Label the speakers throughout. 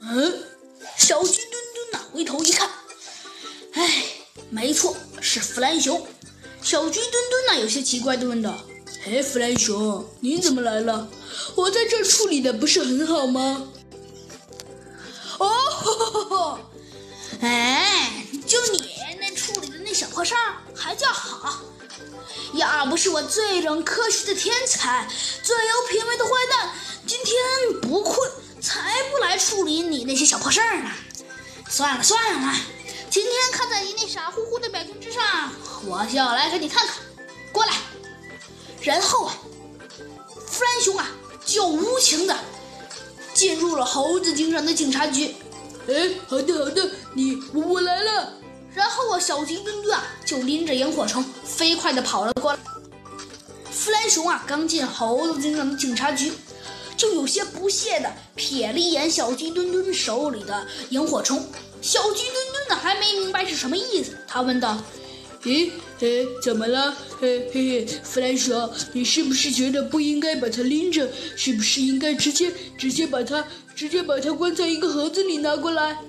Speaker 1: 小鸡墩墩呐，回头一看，哎，没错，是弗兰熊。小鸡墩墩呐，有些奇怪地问道：“嘿，弗兰熊，你怎么来了？我在这处理的不是很好吗？”哦吼吼吼！哎，就你那处理的那小破事儿还叫好？要不是我最懂科学的天才，最有品味的坏蛋，今天不困才不来处理你那些小破事儿呢。算了，今天看在你那傻乎乎的表情之上，我就要来给你看看。过来。然后啊，弗兰熊啊就无情的进入了猴子警长的警察局。好的，我来了。然后我小鸡墩墩啊就拎着萤火虫飞快地跑了过来。弗兰熊啊刚进猴子警长的警察局，就有些不屑地瞥了一眼小鸡墩墩手里的萤火虫。小鸡墩墩呢还没明白是什么意思，他问道：“怎么了？弗兰熊，你是不是觉得不应该把它拎着？是不是应该直接把它关在一个盒子里拿过来？”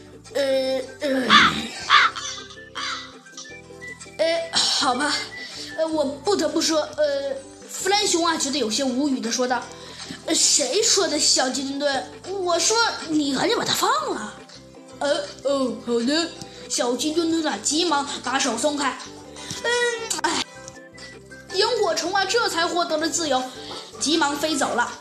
Speaker 1: 好吧，我不得不说，弗兰熊啊觉得有些无语的说道：“谁说的，小鸡墩墩？我说你赶紧把它放了。”好的。小鸡墩墩啊急忙把手松开。萤火虫啊这才获得了自由，急忙飞走了。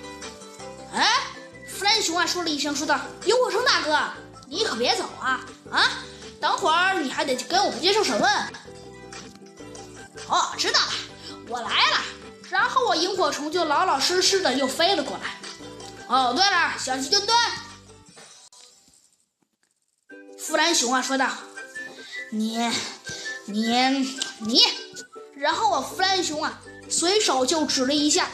Speaker 1: 弗兰熊啊说了一声，说道：“萤火虫大哥，你可别走啊！等会儿你还得跟我们接受审问。”哦，知道了，我来了。然后我萤火虫就老老实实的又飞了过来。哦，对了，小鸡墩墩，弗兰熊啊说道：“你。”然后我弗兰熊啊随手就指了一下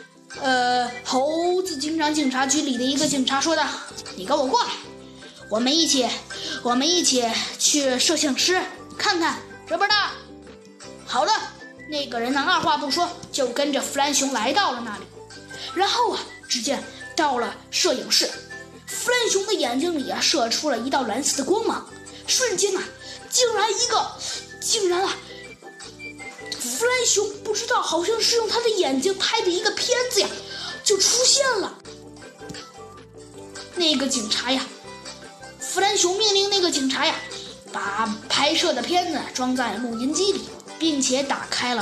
Speaker 1: 猴子警长警察局里的一个警察，说道：“你跟我过来，我们一起去摄像师看看，知不知道？”好的，那个人呢二话不说就跟着弗兰熊来到了那里。然后啊，只见到了摄影室，弗兰熊的眼睛里啊射出了一道蓝色的光芒，瞬间啊，竟然弗兰熊不知道，好像是用他的眼睛拍的一个片子呀，就出现了。那个警察呀，弗兰熊命令那个警察呀，把拍摄的片子装在录音机里，并且打开了